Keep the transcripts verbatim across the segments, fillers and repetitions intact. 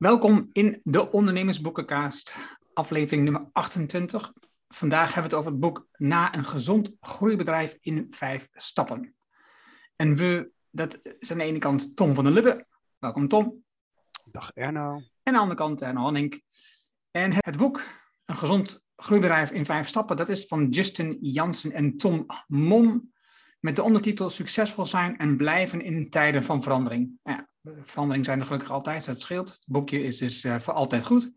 Welkom in de Ondernemersboekencast, aflevering nummer achtentwintig. Vandaag hebben we het over het boek Na een gezond groeibedrijf in vijf stappen. En we, dat is aan de ene kant Tom van der Lubbe. Welkom Tom. Dag Erno. En aan de andere kant Erno Hanning. En het boek Een gezond groeibedrijf in vijf stappen, dat is van Justin Jansen en Tom Mon. Met de ondertitel Succesvol zijn en blijven in tijden van verandering. Ja, verandering zijn er gelukkig altijd, dat scheelt. Het boekje is dus uh, voor altijd goed.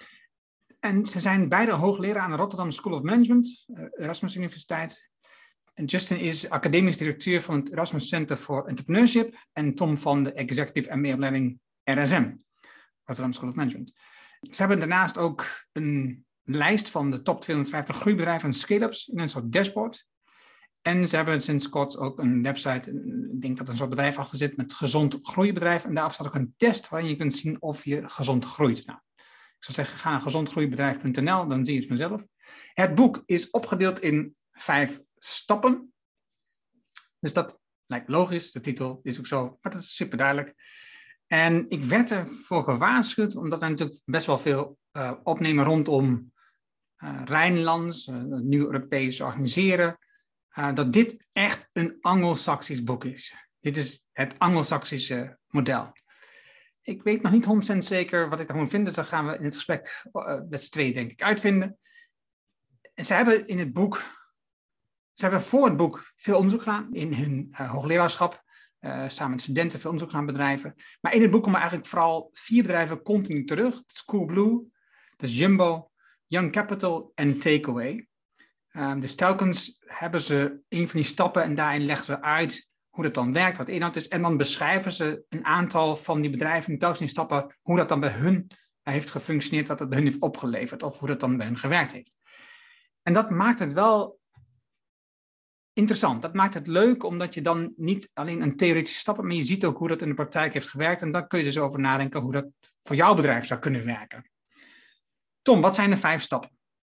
En ze zijn beide hoogleraar aan de Rotterdam School of Management, uh, Erasmus Universiteit. En Justin is academisch directeur van het Erasmus Center for Entrepreneurship en Tom van de Executive M B A-opleiding R S M, Rotterdam School of Management. Ze hebben daarnaast ook een lijst van de top tweehonderdvijftig groeibedrijven en scale-ups in een soort dashboard. En ze hebben sinds kort ook een website, ik denk dat er een soort bedrijf achter zit, met gezond groeibedrijf. En daarop staat ook een test waarin je kunt zien of je gezond groeit. Nou, ik zou zeggen, ga naar gezondgroeibedrijf punt n l, dan zie je het vanzelf. Het boek is opgedeeld in vijf stappen. Dus dat lijkt logisch, de titel is ook zo, maar dat is super duidelijk. En ik werd ervoor gewaarschuwd, omdat wij natuurlijk best wel veel uh, opnemen rondom uh, Rijnlands, uh, het nieuw Europees organiseren. Uh, dat dit echt een Anglo-Saxisch boek is. Dit is het Anglo-Saxische model. Ik weet nog niet honderd procent zeker wat ik daarvan vind, dus dat gaan we in het gesprek uh, met z'n tweeën denk ik uitvinden. En ze hebben in het boek, ze hebben voor het boek veel onderzoek gedaan in hun uh, hoogleraarschap, uh, samen met studenten veel onderzoek gedaan bedrijven. Maar in het boek komen eigenlijk vooral vier bedrijven continu terug. Dat is Coolblue, dat is Jumbo, Young Capital en Takeaway. Um, dus telkens hebben ze een van die stappen en daarin leggen ze uit hoe dat dan werkt, wat de inhoud is. En dan beschrijven ze een aantal van die bedrijven in telkens die stappen, hoe dat dan bij hun heeft gefunctioneerd, wat het bij hun heeft opgeleverd of hoe dat dan bij hun gewerkt heeft. En dat maakt het wel interessant. Dat maakt het leuk, omdat je dan niet alleen een theoretische stap hebt, maar je ziet ook hoe dat in de praktijk heeft gewerkt. En dan kun je dus over nadenken hoe dat voor jouw bedrijf zou kunnen werken. Tom, wat zijn de vijf stappen?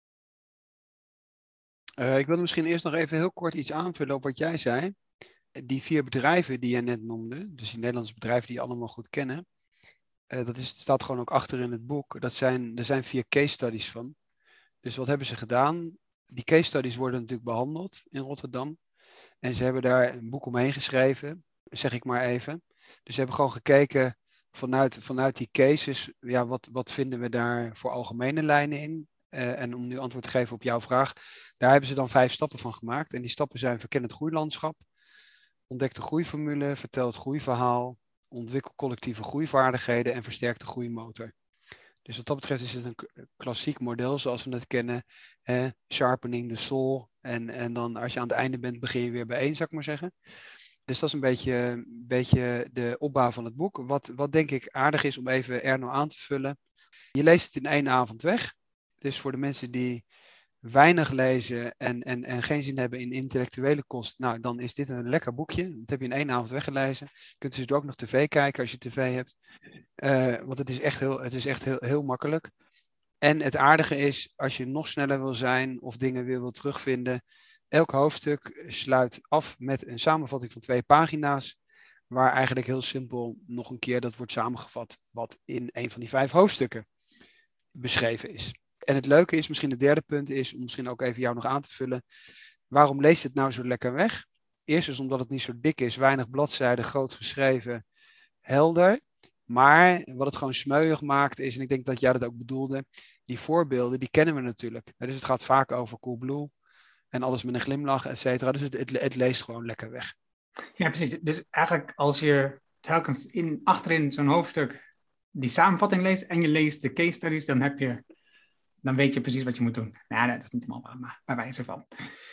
Uh, ik wilde misschien eerst nog even heel kort iets aanvullen op wat jij zei. Die vier bedrijven die jij net noemde, dus die Nederlandse bedrijven die je allemaal goed kennen, uh, dat is, staat gewoon ook achter in het boek. Dat zijn, er zijn vier case studies van. Dus wat hebben ze gedaan? Die case studies worden natuurlijk behandeld in Rotterdam. En ze hebben daar een boek omheen geschreven, zeg ik maar even. Dus ze hebben gewoon gekeken vanuit, vanuit die cases, ja, wat, wat vinden we daar voor algemene lijnen in? Uh, en om nu antwoord te geven op jouw vraag, daar hebben ze dan vijf stappen van gemaakt. En die stappen zijn: verken het groeilandschap, ontdek de groeiformule, vertel het groeiverhaal, ontwikkel collectieve groeivaardigheden en versterk de groeimotor. Dus wat dat betreft is het een klassiek model zoals we het kennen. Eh, sharpening the saw. En, en dan als je aan het einde bent, begin je weer bij één, zou ik maar zeggen. Dus dat is een beetje, een beetje de opbouw van het boek. Wat, wat denk ik aardig is om even Erno aan te vullen. Je leest het in één avond weg. Dus voor de mensen die weinig lezen en, en, en geen zin hebben in intellectuele kost, nou, dan is dit een lekker boekje. Dat heb je in één avond weggelezen. Je kunt dus ook nog tv kijken als je tv hebt. Uh, want het is echt, heel, het is echt heel, heel makkelijk. En het aardige is, als je nog sneller wil zijn of dingen weer wil terugvinden, elk hoofdstuk sluit af met een samenvatting van twee pagina's, waar eigenlijk heel simpel nog een keer dat wordt samengevat wat in een van die vijf hoofdstukken beschreven is. En het leuke is, misschien het derde punt is, om misschien ook even jou nog aan te vullen, waarom leest het nou zo lekker weg? Eerst is omdat het niet zo dik is, weinig bladzijden, groot geschreven, helder. Maar wat het gewoon smeuig maakt is, en ik denk dat jij dat ook bedoelde, die voorbeelden, die kennen we natuurlijk. Dus het gaat vaak over Coolblue en alles met een glimlach, et cetera. Dus het, het, het leest gewoon lekker weg. Ja, precies. Dus eigenlijk als je telkens in, achterin zo'n hoofdstuk die samenvatting leest en je leest de case studies, dan heb je... Dan weet je precies wat je moet doen. Nou, dat is niet helemaal waar, maar bij wijze van.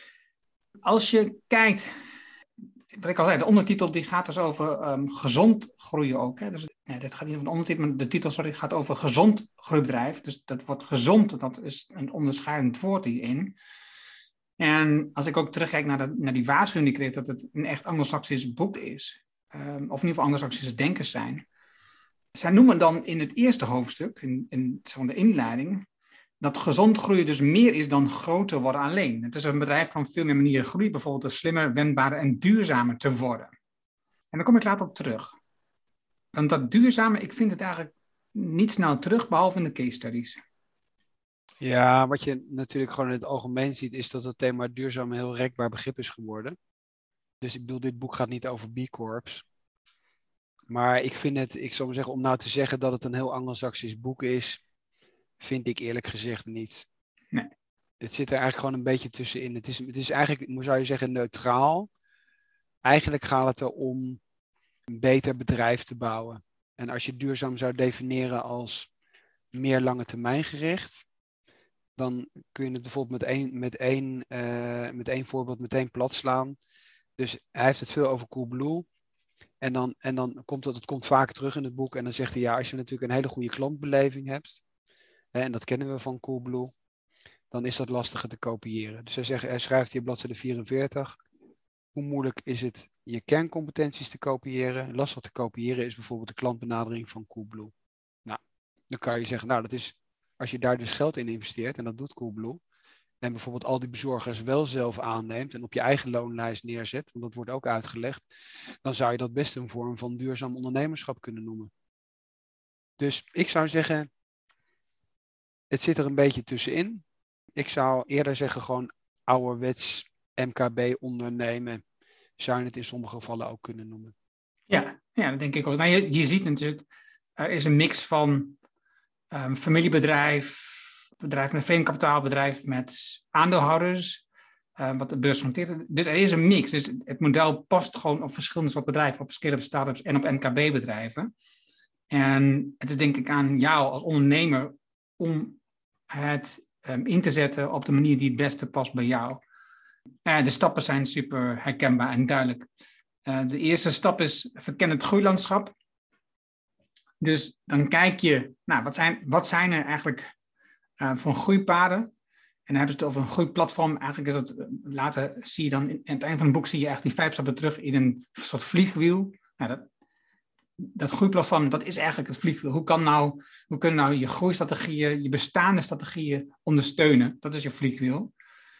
Als je kijkt, wat ik al zei, de ondertitel die gaat dus over um, gezond groeien ook. Hè? Dus, nee, dit gaat niet over de ondertitel, maar de titel sorry, gaat over gezond groeibedrijf. Dus dat wordt gezond, dat is een onderscheidend woord hierin. En als ik ook terugkijk naar, de, naar die waarschuwing die ik kreeg, dat het een echt Anglo-Saxisch boek is. Um, of in ieder geval Anglo-Saxische denkers zijn. Zij noemen dan in het eerste hoofdstuk, in, in zo'n de inleiding, dat gezond groeien dus meer is dan groter worden alleen. Het is een bedrijf van veel meer manieren groeien, bijvoorbeeld door slimmer, wendbaarder en duurzamer te worden. En daar kom ik later op terug. Want dat duurzame, ik vind het eigenlijk niet snel terug, behalve in de case studies. Ja, wat je natuurlijk gewoon in het algemeen ziet, is dat het thema duurzaam een heel rekbaar begrip is geworden. Dus ik bedoel, dit boek gaat niet over B Corps. Maar ik vind het, ik zou maar zeggen, om nou te zeggen dat het een heel Anglo-Saxisch boek is, vind ik eerlijk gezegd niet. Nee. Het zit er eigenlijk gewoon een beetje tussenin. Het is, het is eigenlijk, zou je zeggen, neutraal. Eigenlijk gaat het erom een beter bedrijf te bouwen. En als je duurzaam zou definiëren als meer lange termijn gericht, dan kun je het bijvoorbeeld met één, met één, uh, met één voorbeeld meteen plat slaan. Dus hij heeft het veel over Coolblue. En dan, en dan komt het, het komt vaak terug in het boek. En dan zegt hij, ja, als je natuurlijk een hele goede klantbeleving hebt, hè, en dat kennen we van Coolblue, dan is dat lastiger te kopiëren. Dus hij, zegt, hij schrijft hier bladzijde vierenveertig. Hoe moeilijk is het je kerncompetenties te kopiëren? Lastig te kopiëren is bijvoorbeeld de klantbenadering van Coolblue. Nou, dan kan je zeggen, nou, dat is, als je daar dus geld in investeert, en dat doet Coolblue, en bijvoorbeeld al die bezorgers wel zelf aanneemt en op je eigen loonlijst neerzet, want dat wordt ook uitgelegd, dan zou je dat best een vorm van duurzaam ondernemerschap kunnen noemen. Dus ik zou zeggen, het zit er een beetje tussenin. Ik zou eerder zeggen gewoon ouderwets M K B ondernemen, zou je het in sommige gevallen ook kunnen noemen. Ja, ja, dat denk ik ook. Nou, je, je ziet natuurlijk, er is een mix van um, familiebedrijf, bedrijf met vreemd kapitaal, bedrijf met aandeelhouders, uh, wat de beurs hanteert. Dus er is een mix. Dus het model past gewoon op verschillende soorten bedrijven, op scale-up startups en op M K B-bedrijven. En het is denk ik aan jou als ondernemer om het um, in te zetten op de manier die het beste past bij jou. Uh, de stappen zijn super herkenbaar en duidelijk. Uh, de eerste stap is verken het groeilandschap. Dus dan kijk je, nou, wat zijn, wat zijn er eigenlijk uh, voor groeipaden? En dan hebben ze het over een groeiplatform. Eigenlijk is dat, later zie je dan, in, aan het eind van het boek zie je eigenlijk die vijf stappen terug in een soort vliegwiel. Nou, dat, dat groeiplatform, dat is eigenlijk het vliegwiel. Hoe, kan nou, hoe kunnen nou je groeistrategieën, je bestaande strategieën ondersteunen? Dat is je vliegwiel.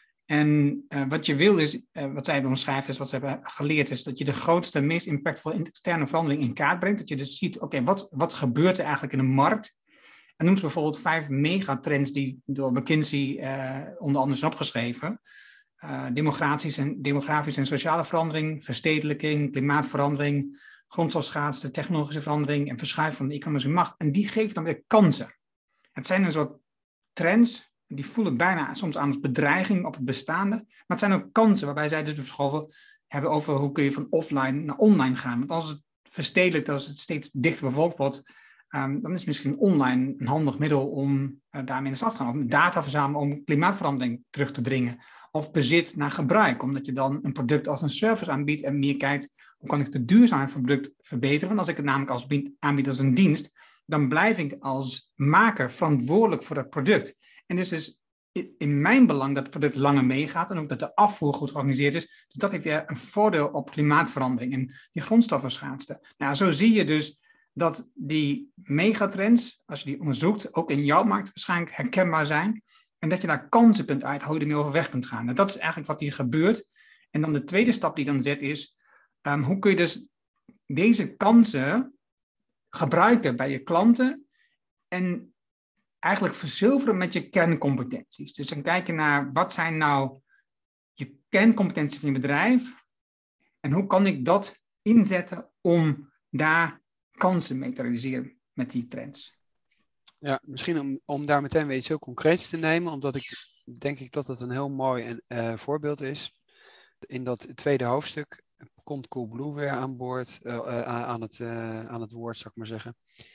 En uh, wat je wil is, uh, wat zij omschrijven is, wat ze hebben geleerd, is dat je de grootste, meest impactvolle externe verandering in kaart brengt. Dat je dus ziet, oké, okay, wat, wat gebeurt er eigenlijk in de markt? En noem ze bijvoorbeeld vijf megatrends die door McKinsey uh, onder andere zijn opgeschreven. Uh, demografisch, en, demografisch en sociale verandering, verstedelijking, klimaatverandering, grondstofschaarste, technologische verandering en verschuiving van de economische macht. En die geven dan weer kansen. Het zijn een soort trends. Die voelen bijna soms aan als bedreiging op het bestaande. Maar het zijn ook kansen waarbij zij dus verschoven hebben over hoe kun je van offline naar online gaan. Want als het verstedelijkt, als het steeds dichter bevolkt wordt, um, dan is misschien online een handig middel om uh, daarmee in de slag te gaan. Of data verzamelen om klimaatverandering terug te dringen. Of bezit naar gebruik, omdat je dan een product als een service aanbiedt en meer kijkt, hoe kan ik de duurzaamheid van het product verbeteren? Want als ik het namelijk als aanbied als een dienst, dan blijf ik als maker verantwoordelijk voor dat product. En dus is in mijn belang dat het product langer meegaat en ook dat de afvoer goed georganiseerd is. Dus dat heeft weer een voordeel op klimaatverandering en die grondstoffenschaarste. Nou, zo zie je dus dat die megatrends, als je die onderzoekt, ook in jouw markt waarschijnlijk herkenbaar zijn. En dat je daar kansen kunt uithalen, hoe je ermee overweg kunt gaan. En dat is eigenlijk wat hier gebeurt. En dan de tweede stap die dan zet is, um, hoe kun je dus deze kansen gebruiken bij je klanten en eigenlijk verzilveren met je kerncompetenties. Dus dan kijk je naar wat zijn nou je kerncompetenties van je bedrijf en hoe kan ik dat inzetten om daar kansen mee te realiseren met die trends. Ja, misschien om, om daar meteen weer iets heel concreets te nemen, omdat ik denk ik dat het een heel mooi en, uh, voorbeeld is. In dat tweede hoofdstuk komt Coolblue weer aan boord, uh, uh, aan, het, uh, aan het woord, zou ik maar zeggen.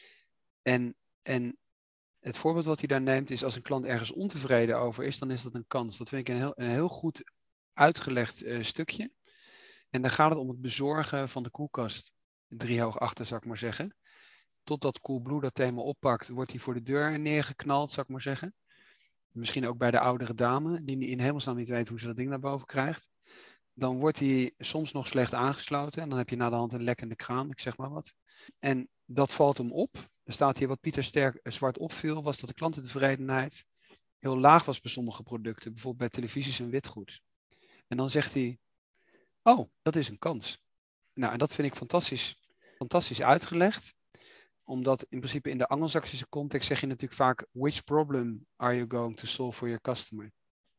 En, en het voorbeeld wat hij daar neemt is, als een klant ergens ontevreden over is, dan is dat een kans. Dat vind ik een heel, een heel goed uitgelegd uh, stukje. En dan gaat het om het bezorgen van de koelkast. Driehoog achter, zou ik maar zeggen. Totdat Coolblue dat thema oppakt, wordt hij voor de deur neergeknald, zou ik maar zeggen. Misschien ook bij de oudere dame, die in hemelsnaam niet weet hoe ze dat ding naar boven krijgt. Dan wordt hij soms nog slecht aangesloten. En dan heb je na de hand een lekkende kraan, ik zeg maar wat. En dat valt hem op. Er staat hier wat Pieter Sterk zwart opviel, was dat de klantentevredenheid heel laag was bij sommige producten. Bijvoorbeeld bij televisies en witgoed. En dan zegt hij, oh, dat is een kans. Nou, en dat vind ik fantastisch, fantastisch uitgelegd. omdat in principe in de Anglo-Saxische context zeg je natuurlijk vaak, which problem are you going to solve for your customer?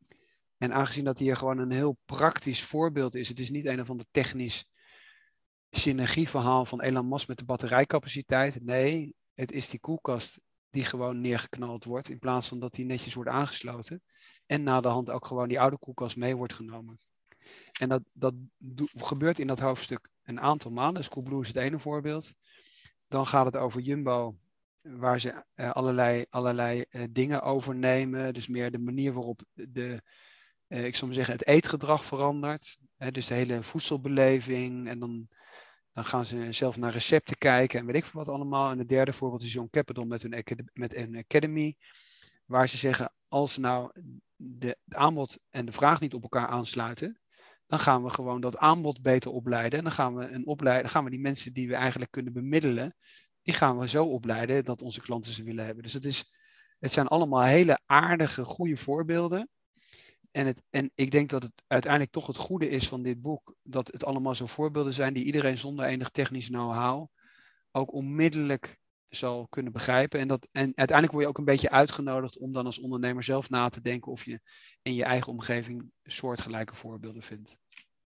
En aangezien dat hier gewoon een heel praktisch voorbeeld is, het is niet een of ander technisch synergieverhaal van Elon Musk met de batterijcapaciteit. Nee, het is die koelkast die gewoon neergeknald wordt, in plaats van dat die netjes wordt aangesloten. En na de hand ook gewoon die oude koelkast mee wordt genomen. En dat, dat do- gebeurt in dat hoofdstuk een aantal maanden. Dus Coolblue is het ene voorbeeld. Dan gaat het over Jumbo, waar ze uh, allerlei, allerlei uh, dingen overnemen. Dus meer de manier waarop de, uh, ik zou maar zeggen, het eetgedrag verandert. Hè, dus de hele voedselbeleving. En dan, dan gaan ze zelf naar recepten kijken en weet ik veel wat allemaal. En het derde voorbeeld is Young Capital met een, met een academy. Waar ze zeggen, als nou de, het aanbod en de vraag niet op elkaar aansluiten, dan gaan we gewoon dat aanbod beter opleiden. En dan gaan we, een opleiden, dan gaan we die mensen die we eigenlijk kunnen bemiddelen, die gaan we zo opleiden dat onze klanten ze willen hebben. Dus het, is, het zijn allemaal hele aardige, goede voorbeelden. En, het, en ik denk dat het uiteindelijk toch het goede is van dit boek, dat het allemaal zo voorbeelden zijn die iedereen zonder enig technisch know-how ook onmiddellijk zal kunnen begrijpen. En, dat, en uiteindelijk word je ook een beetje uitgenodigd om dan als ondernemer zelf na te denken of je in je eigen omgeving soortgelijke voorbeelden vindt.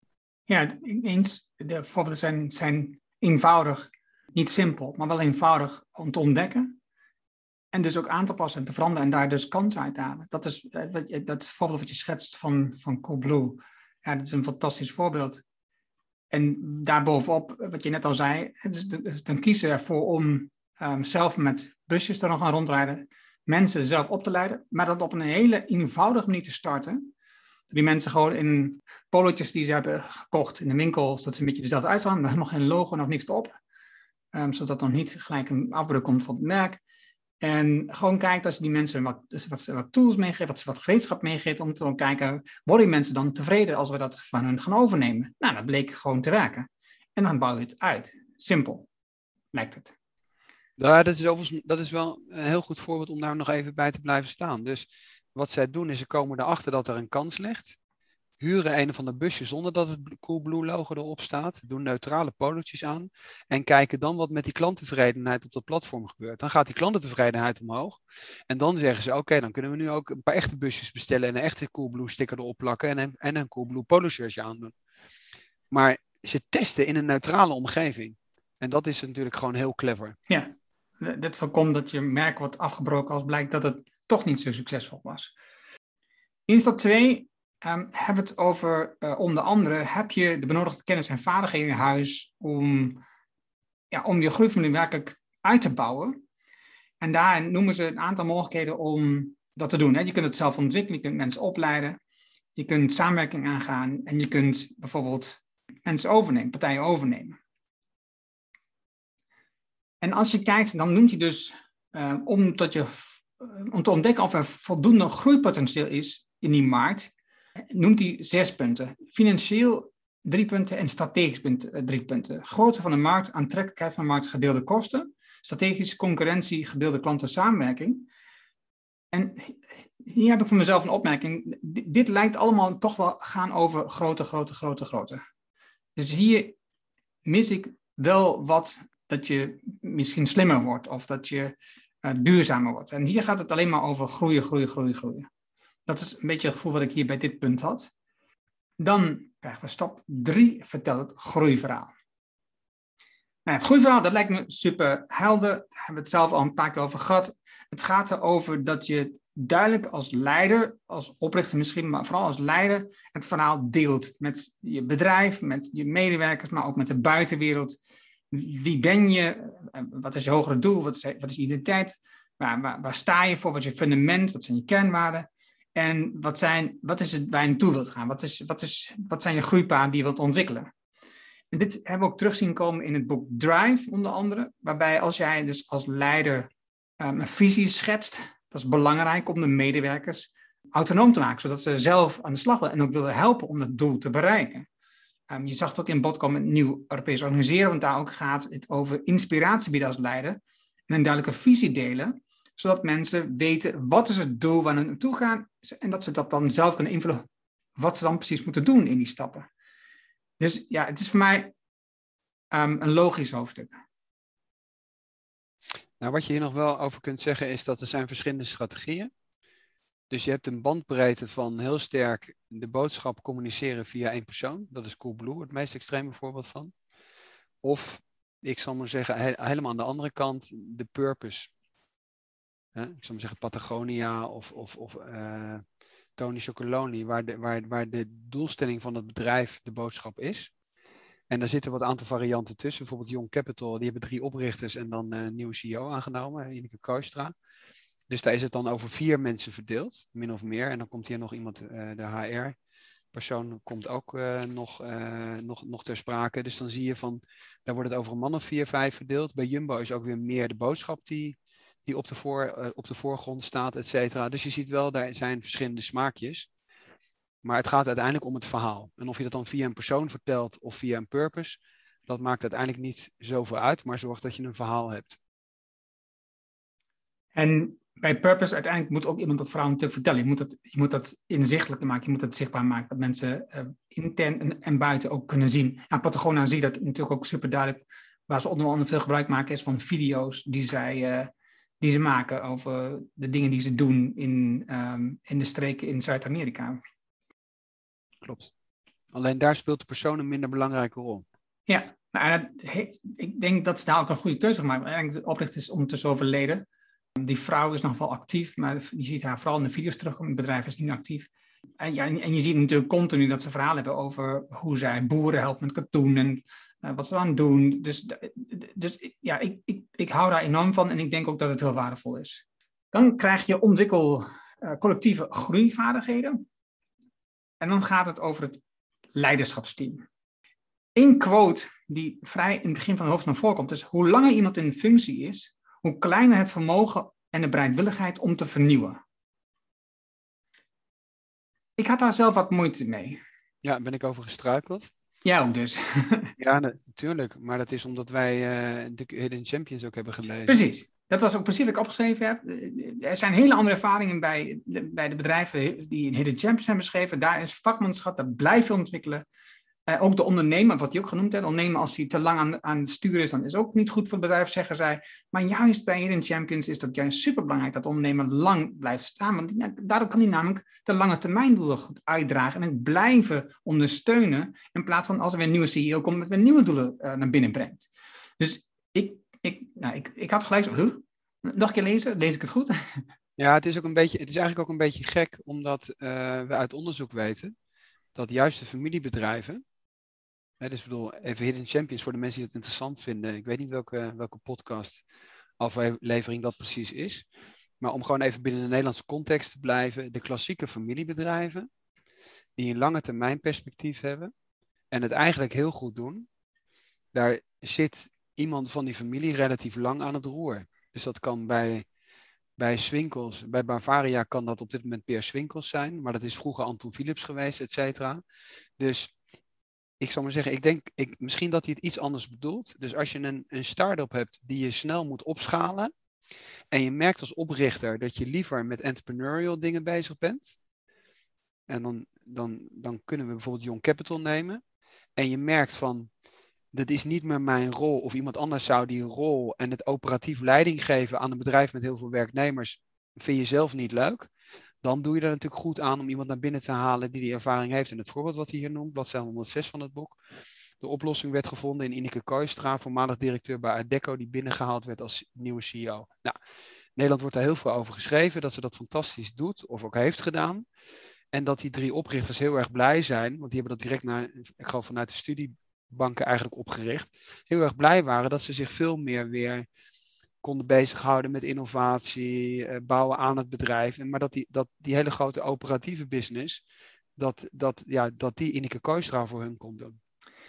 Ja, eens. De voorbeelden zijn, zijn eenvoudig, niet simpel, maar wel eenvoudig om te ontdekken. En dus ook aan te passen en te veranderen en daar dus kansen uit te halen. Dat is dat voorbeeld wat je schetst van, van Coolblue. Ja, dat is een fantastisch voorbeeld. En daarbovenop, wat je net al zei, dus dan kiezen we ervoor om um, zelf met busjes te gaan rondrijden, mensen zelf op te leiden, maar dat op een hele eenvoudige manier te starten. Die mensen gewoon in polootjes die ze hebben gekocht in de winkel, zodat ze een beetje dezelfde uitstaan, maar nog geen logo, nog niks erop. Um, zodat er nog niet gelijk een afbreuk komt van het merk. En gewoon kijkt als je die mensen wat, wat, wat tools meegeeft, wat, wat gereedschap meegeeft, om te kijken, worden die mensen dan tevreden als we dat van hen gaan overnemen? Nou, dat bleek gewoon te werken. En dan bouw je het uit. Simpel, lijkt het. Ja, dat is overigens, dat is wel een heel goed voorbeeld om daar nog even bij te blijven staan. Dus wat zij doen is, ze komen erachter dat er een kans ligt. Huren een of ander busje zonder dat het Coolblue logo erop staat. Doen neutrale polootjes aan. En kijken dan wat met die klanttevredenheid op dat platform gebeurt. Dan gaat die klantentevredenheid omhoog. En dan zeggen ze, oké, okay, dan kunnen we nu ook een paar echte busjes bestellen. En een echte Coolblue sticker erop plakken. En een, en een Coolblue polo shirtje aandoen. Maar ze testen in een neutrale omgeving. En dat is natuurlijk gewoon heel clever. Ja, dit voorkomt dat je merk wordt afgebroken als blijkt dat het toch niet zo succesvol was. In stap twee um, hebben we het over, uh, onder andere, heb je de benodigde kennis en vaardigheden in huis om, ja, om je groeifamilie werkelijk uit te bouwen. En daar noemen ze een aantal mogelijkheden om dat te doen. Hè. Je kunt het zelf ontwikkelen, je kunt mensen opleiden, je kunt samenwerking aangaan en je kunt bijvoorbeeld mensen overnemen, partijen overnemen. En als je kijkt, dan noemt hij dus, uh, om, tot je, uh, om te ontdekken of er voldoende groeipotentieel is in die markt, noemt hij zes punten. Financieel drie punten en strategisch punt, uh, drie punten. Grootte van de markt, aantrekkelijkheid van de markt, gedeelde kosten. Strategische concurrentie, gedeelde klanten, samenwerking. En hier heb ik voor mezelf een opmerking. D- dit lijkt allemaal toch wel gaan over grote, grote, grote, grote. Dus hier mis ik wel wat dat je misschien slimmer wordt of dat je uh, duurzamer wordt. En hier gaat het alleen maar over groeien, groeien, groeien, groeien. Dat is een beetje het gevoel wat ik hier bij dit punt had. Dan krijgen we stap drie, vertel het groeiverhaal. Nou, het groeiverhaal, dat lijkt me super helder. Daar hebben we het zelf al een paar keer over gehad. Het gaat erover dat je duidelijk als leider, als oprichter misschien, maar vooral als leider, het verhaal deelt met je bedrijf, met je medewerkers, maar ook met de buitenwereld. Wie ben je? Wat is je hogere doel? Wat is, wat is je identiteit? Waar, waar, waar sta je voor? Wat is je fundament? Wat zijn je kernwaarden? En wat, zijn, wat is het waar je naartoe wilt gaan? Wat, is, wat, is, wat zijn je groeipaden die je wilt ontwikkelen? En dit hebben we ook terug zien komen in het boek Drive, onder andere. Waarbij als jij dus als leider um, een visie schetst, dat is belangrijk om de medewerkers autonoom te maken. Zodat ze zelf aan de slag willen en ook willen helpen om dat doel te bereiken. Um, je zag het ook in bod komen met nieuw Europees organiseren, want daar ook gaat het over inspiratie bieden als leider. En een duidelijke visie delen, zodat mensen weten wat is het doel waar ze naartoe gaan. En dat ze dat dan zelf kunnen invullen, wat ze dan precies moeten doen in die stappen. Dus ja, het is voor mij um, een logisch hoofdstuk. Nou, wat je hier nog wel over kunt zeggen is dat er zijn verschillende strategieën. Dus je hebt een bandbreedte van heel sterk de boodschap communiceren via één persoon. Dat is Coolblue, het meest extreme voorbeeld van. Of, ik zal maar zeggen, he- helemaal aan de andere kant, de purpose. Hè? Ik zal maar zeggen Patagonia of, of, of uh, Tony Chocolonely, waar de, waar, waar de doelstelling van het bedrijf de boodschap is. En daar zitten wat aantal varianten tussen. Bijvoorbeeld Young Capital, die hebben drie oprichters en dan uh, een nieuwe C E O aangenomen, Ineke Kooistra. Dus daar is het dan over vier mensen verdeeld, min of meer. En dan komt hier nog iemand, uh, de H R-persoon komt ook uh, nog, uh, nog, nog ter sprake. Dus dan zie je van, daar wordt het over een man of vier, vijf verdeeld. Bij Jumbo is ook weer meer de boodschap die, die op, de voor, uh, op de voorgrond staat, et cetera. Dus je ziet wel, daar zijn verschillende smaakjes. Maar het gaat uiteindelijk om het verhaal. En of je dat dan via een persoon vertelt of via een purpose, dat maakt uiteindelijk niet zoveel uit, maar zorg dat je een verhaal hebt. En bij purpose uiteindelijk moet ook iemand dat verhaal natuurlijk vertellen. Je moet dat, je moet dat inzichtelijk maken, je moet dat zichtbaar maken, dat mensen uh, intern en, en buiten ook kunnen zien. Aan Patagonia zie je dat natuurlijk ook super duidelijk, waar ze onder andere veel gebruik maken is van video's die, zij, uh, die ze maken over de dingen die ze doen in, um, in de streken in Zuid-Amerika. Klopt. Alleen daar speelt de persoon een minder belangrijke rol. Ja, nou, ik denk dat ze daar ook een goede keuze gemaakt hebben. De oprichter is ondertussen overleden. Die vrouw is nog wel actief, maar je ziet haar vooral in de video's terug. Het bedrijf is niet actief. En, ja, en je ziet natuurlijk continu dat ze verhalen hebben over hoe zij boeren helpen met katoen en uh, wat ze aan doen. Dus, dus ja, ik, ik, ik hou daar enorm van en ik denk ook dat het heel waardevol is. Dan krijg je ontwikkel uh, collectieve groeivaardigheden. En dan gaat het over het leiderschapsteam. Eén quote die vrij in het begin van het hoofdstuk naar voren komt is: hoe langer iemand in functie is, hoe kleiner het vermogen en de bereidwilligheid om te vernieuwen. Ik had daar zelf wat moeite mee. Ja, ben ik over gestruikeld? Ja, ook dus. Ja, natuurlijk. Maar dat is omdat wij uh, de Hidden Champions ook hebben gelezen. Precies. Dat was ook precies wat ik opgeschreven heb. Er zijn hele andere ervaringen bij de, bij de bedrijven die in Hidden Champions zijn beschreven. Daar is vakmanschap, dat blijf je ontwikkelen. Uh, ook de ondernemer, wat hij ook genoemd heeft. Ondernemer, als hij te lang aan, aan het sturen is, dan is ook niet goed voor het bedrijf, zeggen zij. Maar juist bij Hidden Champions is dat juist superbelangrijk dat de ondernemer lang blijft staan. Want ja, daardoor kan hij namelijk de lange termijn doelen goed uitdragen en het blijven ondersteunen. In plaats van als er weer een nieuwe C E O komt met weer nieuwe doelen uh, naar binnen brengt. Dus ik, ik, nou, ik, ik had gelijk zo, huh? Nog een keer lezen, lees ik het goed? Ja, het is, ook een beetje, het is eigenlijk ook een beetje gek, omdat uh, we uit onderzoek weten dat juist de familiebedrijven, hè, dus ik bedoel, even Hidden Champions voor de mensen die het interessant vinden. Ik weet niet welke, welke podcast aflevering dat precies is. Maar om gewoon even binnen de Nederlandse context te blijven. De klassieke familiebedrijven, die een lange termijn perspectief hebben en het eigenlijk heel goed doen. Daar zit iemand van die familie relatief lang aan het roer. Dus dat kan bij, bij Swinkels, bij Bavaria kan dat op dit moment Peer Swinkels zijn. Maar dat is vroeger Anton Philips geweest, et cetera. Dus ik zal maar zeggen, ik denk ik, misschien dat hij het iets anders bedoelt. Dus als je een, een start-up hebt die je snel moet opschalen. En je merkt als oprichter dat je liever met entrepreneurial dingen bezig bent. En dan, dan, dan kunnen we bijvoorbeeld Young Capital nemen. En je merkt van, dat is niet meer mijn rol. Of iemand anders zou die rol en het operatief leiding geven aan een bedrijf met heel veel werknemers. Vind je zelf niet leuk. Dan doe je er natuurlijk goed aan om iemand naar binnen te halen die die ervaring heeft. En het voorbeeld wat hij hier noemt, bladzijde honderdzes van het boek. De oplossing werd gevonden in Ineke Kooistra, voormalig directeur bij Adecco, die binnengehaald werd als nieuwe C E O. Nou, Nederland wordt daar heel veel over geschreven, dat ze dat fantastisch doet, of ook heeft gedaan. En dat die drie oprichters heel erg blij zijn, want die hebben dat direct naar, ik geloof vanuit de studiebanken eigenlijk opgericht. Heel erg blij waren dat ze zich veel meer weer konden bezighouden met innovatie, uh, bouwen aan het bedrijf. En, maar dat die, dat die hele grote operatieve business, dat, dat, ja, dat die Ineke Kooistra voor hun kon doen.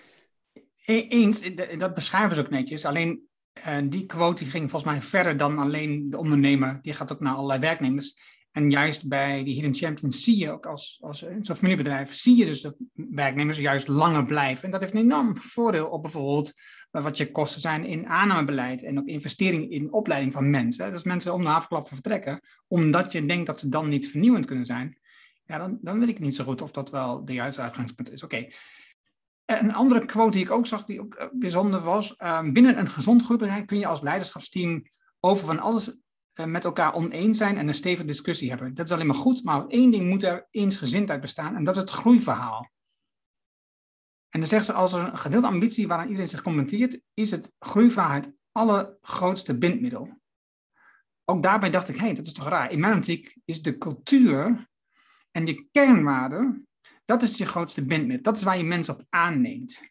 Eens, dat beschrijven ze ook netjes. Alleen uh, die quote die ging volgens mij verder dan alleen de ondernemer. Die gaat ook naar allerlei werknemers. En juist bij die Hidden Champions zie je ook als, als zo'n familiebedrijf, zie je dus dat werknemers juist langer blijven. En dat heeft een enorm voordeel op bijvoorbeeld wat je kosten zijn in aannamebeleid en ook investering in opleiding van mensen. Dus mensen om de havenklap vertrekken, omdat je denkt dat ze dan niet vernieuwend kunnen zijn. Ja, dan, dan weet ik niet zo goed of dat wel de juiste uitgangspunt is. Oké. Okay. Een andere quote die ik ook zag, die ook bijzonder was. Uh, binnen een gezond groeibedrijf kun je als leiderschapsteam over van alles uh, met elkaar oneens zijn en een stevige discussie hebben. Dat is alleen maar goed, maar één ding moet er eensgezindheid bestaan en dat is het groeiverhaal. En dan zeggen ze, als er een gedeelde ambitie waaraan iedereen zich commenteert, is het groeiverhaal het allergrootste bindmiddel. Ook daarbij dacht ik, hé, hey, dat is toch raar. In mijn optiek is de cultuur en die kernwaarden, dat is je grootste bindmiddel. Dat is waar je mensen op aanneemt.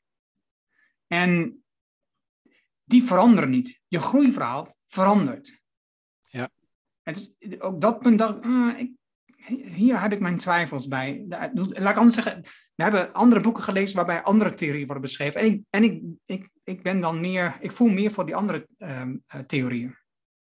En die veranderen niet. Je groeiverhaal verandert. Ja. En dus ook dat punt dacht ik, uh, ik, hier heb ik mijn twijfels bij. Laat ik anders zeggen, we hebben andere boeken gelezen waarbij andere theorieën worden beschreven. En ik, en ik, ik, ik ben dan meer, ik voel meer voor die andere um, uh, theorieën.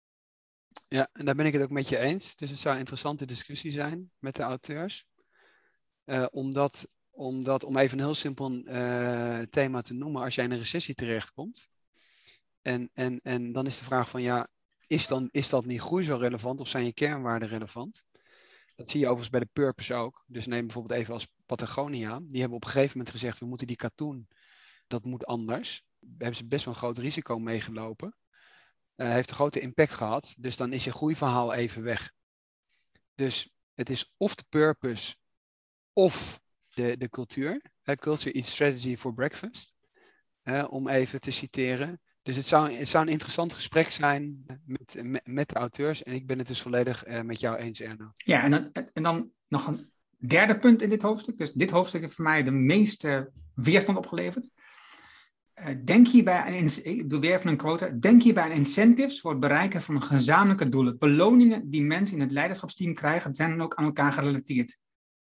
Ja, en daar ben ik het ook met je eens. Dus het zou een interessante discussie zijn met de auteurs. Uh, omdat, omdat, om even een heel simpel uh, thema te noemen, als jij in een recessie terechtkomt, en, en, en dan is de vraag van, ja, is, dan, is dat niet groei zo relevant of zijn je kernwaarden relevant? Dat zie je overigens bij de Purpose ook. Dus neem bijvoorbeeld even als Patagonia. Die hebben op een gegeven moment gezegd, we moeten die katoen, dat moet anders. Daar hebben ze best wel een groot risico meegelopen. Uh, heeft een grote impact gehad. Dus dan is je groeiverhaal even weg. Dus het is of de purpose of de, de cultuur. Uh, culture eats strategy for breakfast. Uh, om even te citeren. Dus het zou, het zou een interessant gesprek zijn met, met, met de auteurs. En ik ben het dus volledig uh, met jou eens, Erno. Ja, en dan, en dan nog een derde punt in dit hoofdstuk. Dus dit hoofdstuk heeft voor mij de meeste weerstand opgeleverd. Uh, denk hierbij aan, ik doe weer even een quote. Denk hierbij aan incentives voor het bereiken van gezamenlijke doelen. Beloningen die mensen in het leiderschapsteam krijgen, zijn dan ook aan elkaar gerelateerd.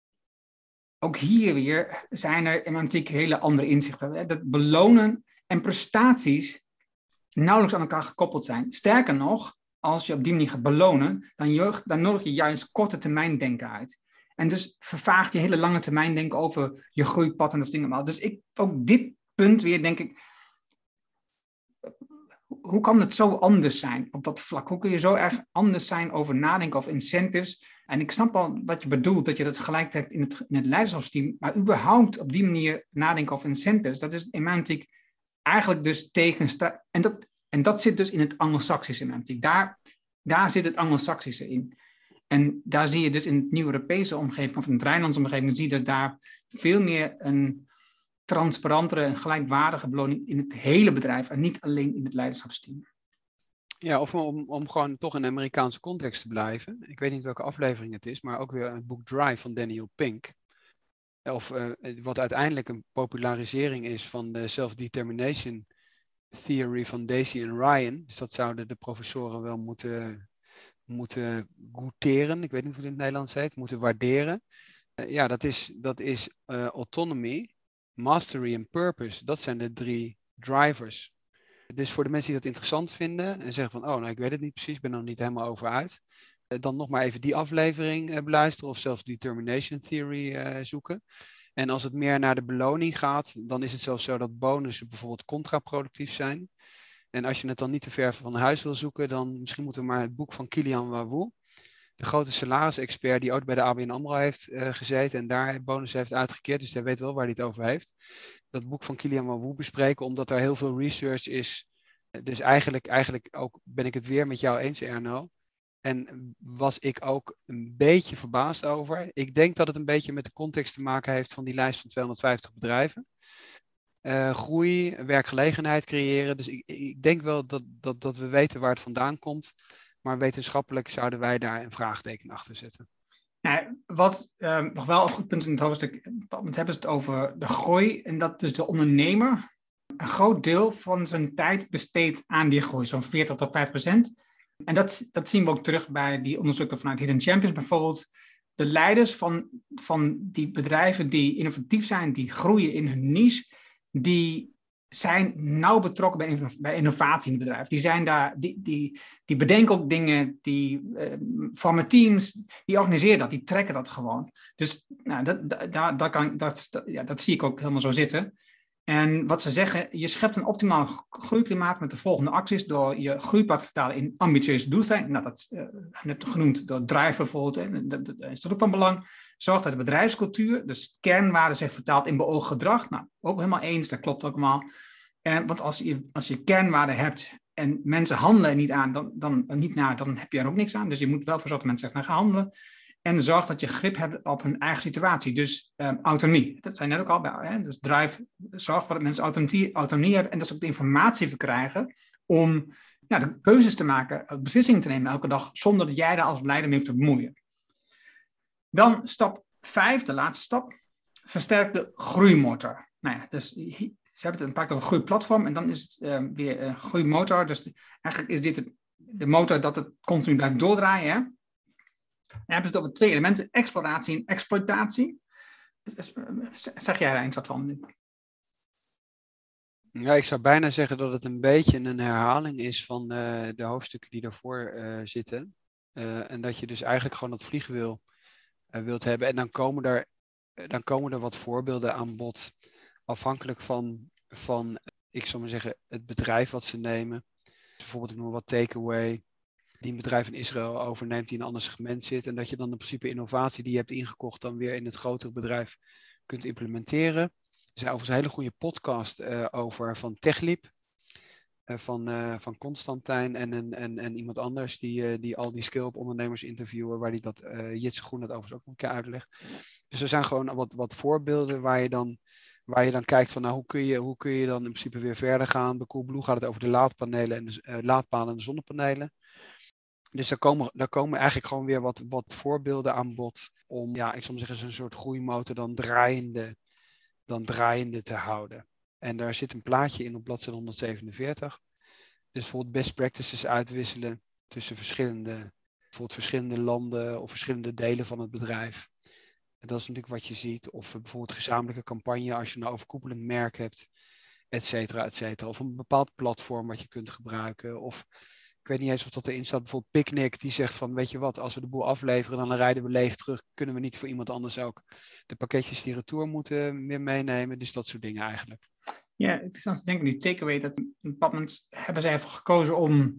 Ook hier weer zijn er in mijn optiek hele andere inzichten. Hè? Dat belonen en prestaties nauwelijks aan elkaar gekoppeld zijn. Sterker nog, als je op die manier gaat belonen, dan, je, dan nodig je juist korte termijn denken uit. En dus vervaagt je hele lange termijn denken over je groeipad en dat soort dingen. Dus ik, ook dit punt weer denk ik, hoe kan het zo anders zijn op dat vlak? Hoe kun je zo erg anders zijn over nadenken over incentives? En ik snap al wat je bedoelt, dat je dat gelijk hebt in het, in het leiderschapsteam, maar überhaupt op die manier nadenken over incentives, dat is in mijn optiek eigenlijk dus tegen... En dat, en dat zit dus in het Anglo-Saxische in mijn optiek. Daar, daar zit het Anglo-Saxische in. En daar zie je dus in het nieuw-Europese omgeving, of in het Rijnlandse omgeving, zie je dus daar veel meer een transparantere en gelijkwaardige beloning in het hele bedrijf en niet alleen in het leiderschapsteam. Ja, of om, om gewoon toch in de Amerikaanse context te blijven. Ik weet niet welke aflevering het is, maar ook weer het boek Drive van Daniel Pink. Of uh, wat uiteindelijk een popularisering is van de self-determination theory van Daisy en Ryan. Dus dat zouden de professoren wel moeten, moeten goederen. Ik weet niet hoe het in het Nederlands heet. Moeten waarderen. Uh, ja, dat is, dat is uh, autonomy, mastery en purpose. Dat zijn de drie drivers. Dus voor de mensen die dat interessant vinden en zeggen van, oh, nou, ik weet het niet precies, ik ben er nog niet helemaal over uit. Uh, dan nog maar even die aflevering uh, beluisteren of self-determination theory uh, zoeken. En als het meer naar de beloning gaat, dan is het zelfs zo dat bonussen bijvoorbeeld contraproductief zijn. En als je het dan niet te ver van huis wil zoeken, dan misschien moeten we maar het boek van Kilian Wawoe, de grote salarisexpert die ooit bij de A B N AMRO heeft uh, gezeten en daar bonussen heeft uitgekeerd, dus hij weet wel waar hij het over heeft. Dat boek van Kilian Wawoe bespreken, omdat er heel veel research is. Dus eigenlijk, eigenlijk ook ben ik het weer met jou eens, Erno. En was ik ook een beetje verbaasd over. Ik denk dat het een beetje met de context te maken heeft van die lijst van tweehonderdvijftig bedrijven. Uh, groei, werkgelegenheid creëren. Dus ik, ik denk wel dat, dat, dat we weten waar het vandaan komt. Maar wetenschappelijk zouden wij daar een vraagteken achter zetten. Nou, wat uh, nog wel een goed punt is in het hoofdstuk, want hebben ze het over de groei en dat dus de ondernemer een groot deel van zijn tijd besteedt aan die groei, zo'n veertig tot vijftig procent. En dat, dat zien we ook terug bij die onderzoeken vanuit Hidden Champions bijvoorbeeld. De leiders van, van die bedrijven die innovatief zijn, die groeien in hun niche, die zijn nauw betrokken bij, bij innovatie in het bedrijf. Die zijn daar, die, die, die bedenken ook dingen, die uh, vormen teams, die organiseren dat, die trekken dat gewoon. Dus nou, dat, dat, dat, kan, dat, dat, ja, dat zie ik ook helemaal zo zitten. En wat ze zeggen, je schept een optimaal groeiklimaat met de volgende acties door je groeipad te vertalen in ambitieuze doelstellingen. Nou, dat is uh, net genoemd door Drive bijvoorbeeld, hè. Dat, dat, dat is dat ook van belang. Zorg dat de bedrijfscultuur, dus kernwaarden, zich vertaalt in beoogd gedrag. Nou, ook helemaal eens, dat klopt ook allemaal. En, want als je, als je kernwaarden hebt en mensen handelen er niet aan, dan, dan, niet naar, dan heb je er ook niks aan. Dus je moet wel voor zorgen dat mensen echt naar gaan handelen. En zorg dat je grip hebt op hun eigen situatie. Dus um, autonomie. Dat zijn net ook al bij. Hè? Dus drive, zorg ervoor dat mensen autonomie, autonomie hebben. En dat ze ook de informatie verkrijgen om ja, de keuzes te maken, beslissingen te nemen elke dag, zonder dat jij daar als leider mee hoeft te bemoeien. Dan stap vijf, de laatste stap. Versterk de groeimotor. Nou ja, dus ze hebben het een paar keer over groeiplatform. En dan is het uh, weer een groeimotor. Dus de, eigenlijk is dit het, de motor dat het continu blijft doordraaien. Hè? Dan hebben ze het over twee elementen, exploratie en exploitatie. Zeg jij daar eens wat van? Ja, ik zou bijna zeggen dat het een beetje een herhaling is van uh, de hoofdstukken die daarvoor uh, zitten. Uh, en dat je dus eigenlijk gewoon dat vliegwiel uh, wilt hebben. En dan komen er, uh, dan komen er wat voorbeelden aan bod. Afhankelijk van, van, ik zou maar zeggen, het bedrijf wat ze nemen. Bijvoorbeeld, ik noem wat Takeaway. Die een bedrijf in Israël overneemt die in een ander segment zit. En dat je dan in principe innovatie die je hebt ingekocht dan weer in het grotere bedrijf kunt implementeren. Er is overigens een hele goede podcast uh, over van TechLeap. Uh, van, uh, van Constantijn en, en, en, en iemand anders die, uh, die al die skill-up ondernemers interviewen. Waar die dat, uh, Jitse Groen dat overigens ook een keer uitlegt. Dus er zijn gewoon wat, wat voorbeelden waar je dan... Waar je dan kijkt van nou, hoe kun je, hoe kun je dan in principe weer verder gaan. Bij Coolblue gaat het over de laadpanelen en de uh, laadpalen en de zonnepanelen. Dus daar komen, daar komen eigenlijk gewoon weer wat, wat voorbeelden aan bod om, ja, ik zal maar zeggen, zo'n soort groeimotor dan draaiende, dan draaiende te houden. En daar zit een plaatje in op bladzijde honderdzevenenveertig. Dus bijvoorbeeld best practices uitwisselen tussen verschillende, bijvoorbeeld verschillende landen of verschillende delen van het bedrijf. En dat is natuurlijk wat je ziet. Of bijvoorbeeld gezamenlijke campagne als je een overkoepelend merk hebt, et cetera, et cetera. Of een bepaald platform wat je kunt gebruiken. Of ik weet niet eens of dat erin staat. Bijvoorbeeld Picnic die zegt van weet je wat, als we de boel afleveren dan rijden we leeg terug. Kunnen we niet voor iemand anders ook de pakketjes die retour moeten weer meenemen. Dus dat soort dingen eigenlijk. Ja, het is aan te denken nu Takeaway dat op een bepaald moment hebben zij ervoor gekozen om,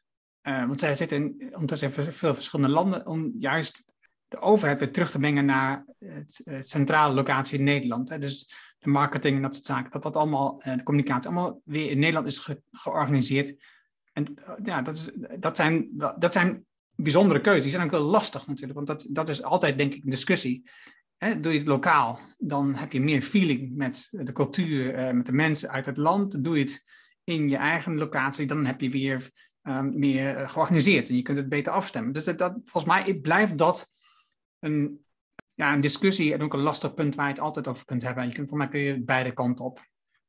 uh, want zij zitten in ondertussen in veel verschillende landen, om juist de overheid weer terug te brengen naar het, het centrale locatie in Nederland. Hè. Dus de marketing en dat soort zaken, dat dat allemaal, uh, de communicatie allemaal weer in Nederland is ge- georganiseerd. En uh, ja, dat, is, dat, zijn, dat zijn bijzondere keuzes. Die zijn ook wel lastig natuurlijk, want dat, dat is altijd denk ik een discussie. Hè, doe je het lokaal, dan heb je meer feeling met de cultuur, uh, met de mensen uit het land. Doe je het in je eigen locatie, dan heb je weer um, meer uh, georganiseerd. En je kunt het beter afstemmen. Dus dat, dat, volgens mij blijft dat een, ja, een discussie en ook een lastig punt waar je het altijd over kunt hebben. Je kunt, voor mij kun je beide kanten op.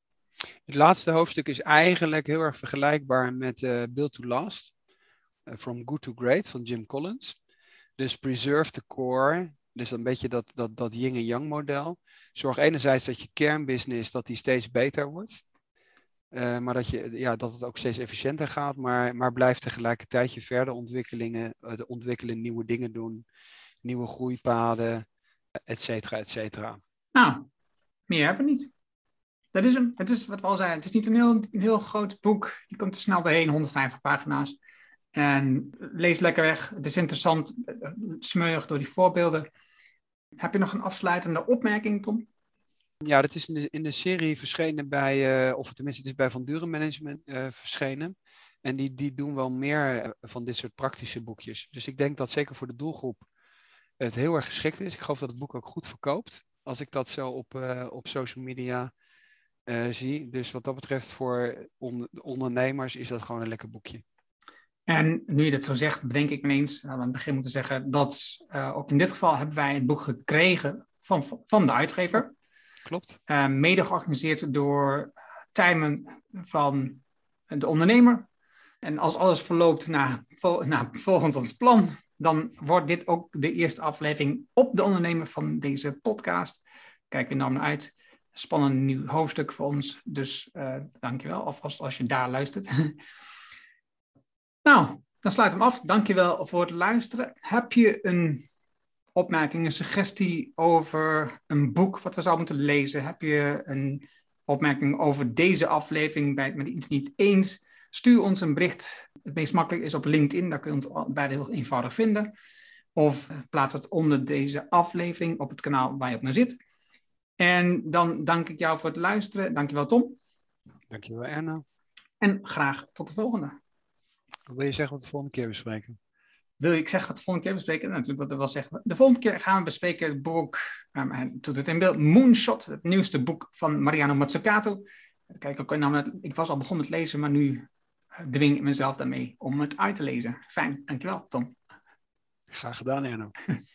Het laatste hoofdstuk is eigenlijk heel erg vergelijkbaar met uh, Build to Last. Uh, From Good to Great van Jim Collins. Dus preserve the core. Dus een beetje dat, dat, dat yin en yang model. Zorg enerzijds dat je kernbusiness dat die steeds beter wordt. Uh, maar dat, je, ja, dat het ook steeds efficiënter gaat. Maar, maar blijf tegelijkertijd je verder ontwikkelingen, uh, de ontwikkelen, nieuwe dingen doen. Nieuwe groeipaden, et cetera, et cetera. Nou, meer hebben we niet. Dat is hem. Het is wat we al zeiden. Het is niet een heel, een heel groot boek. Je komt er snel doorheen, honderdvijftig pagina's. En lees lekker weg. Het is interessant. Smeuig door die voorbeelden. Heb je nog een afsluitende opmerking, Tom? Ja, dat is in de, in de serie verschenen bij, uh, of tenminste het is bij Van Duren Management uh, verschenen. En die, die doen wel meer van dit soort praktische boekjes. Dus ik denk dat zeker voor de doelgroep het heel erg geschikt is. Ik geloof dat het boek ook goed verkoopt. Als ik dat zo op, uh, op social media uh, zie. Dus wat dat betreft voor on- ondernemers is dat gewoon een lekker boekje. En nu je dat zo zegt, bedenk ik me eens, aan het begin moeten zeggen, dat uh, ook in dit geval hebben wij het boek gekregen van, van de uitgever. Klopt. Uh, mede georganiseerd door Tijmen van de ondernemer. En als alles verloopt naar, naar volgens ons plan, dan wordt dit ook de eerste aflevering op de ondernemer van deze podcast. Kijk er enorm naar uit. Spannend nieuw hoofdstuk voor ons. Dus uh, dankjewel, alvast als je daar luistert. Nou, dan sluit hem af. Dankjewel voor het luisteren. Heb je een opmerking, een suggestie over een boek wat we zouden moeten lezen? Heb je een opmerking over deze aflevering? Ben je het met iets niet eens? Stuur ons een bericht. Het meest makkelijk is op LinkedIn. Daar kun je ons beide heel eenvoudig vinden. Of plaats het onder deze aflevering op het kanaal waar je op naar zit. En dan dank ik jou voor het luisteren. Dankjewel, Tom. Dankjewel, Erno. En graag tot de volgende. Wat wil je zeggen wat we de volgende keer bespreken? Wil ik zeggen wat we de volgende keer bespreken? Nou, natuurlijk wat ik wil zeggen. De volgende keer gaan we bespreken het boek, um, hij doet het in beeld, Moonshot, het nieuwste boek van Mariano Mazzucato. Kijk, ook, nou, ik was al begonnen met lezen, maar nu dwing ik mezelf daarmee om het uit te lezen. Fijn, dankjewel Tom. Graag gedaan, Erno.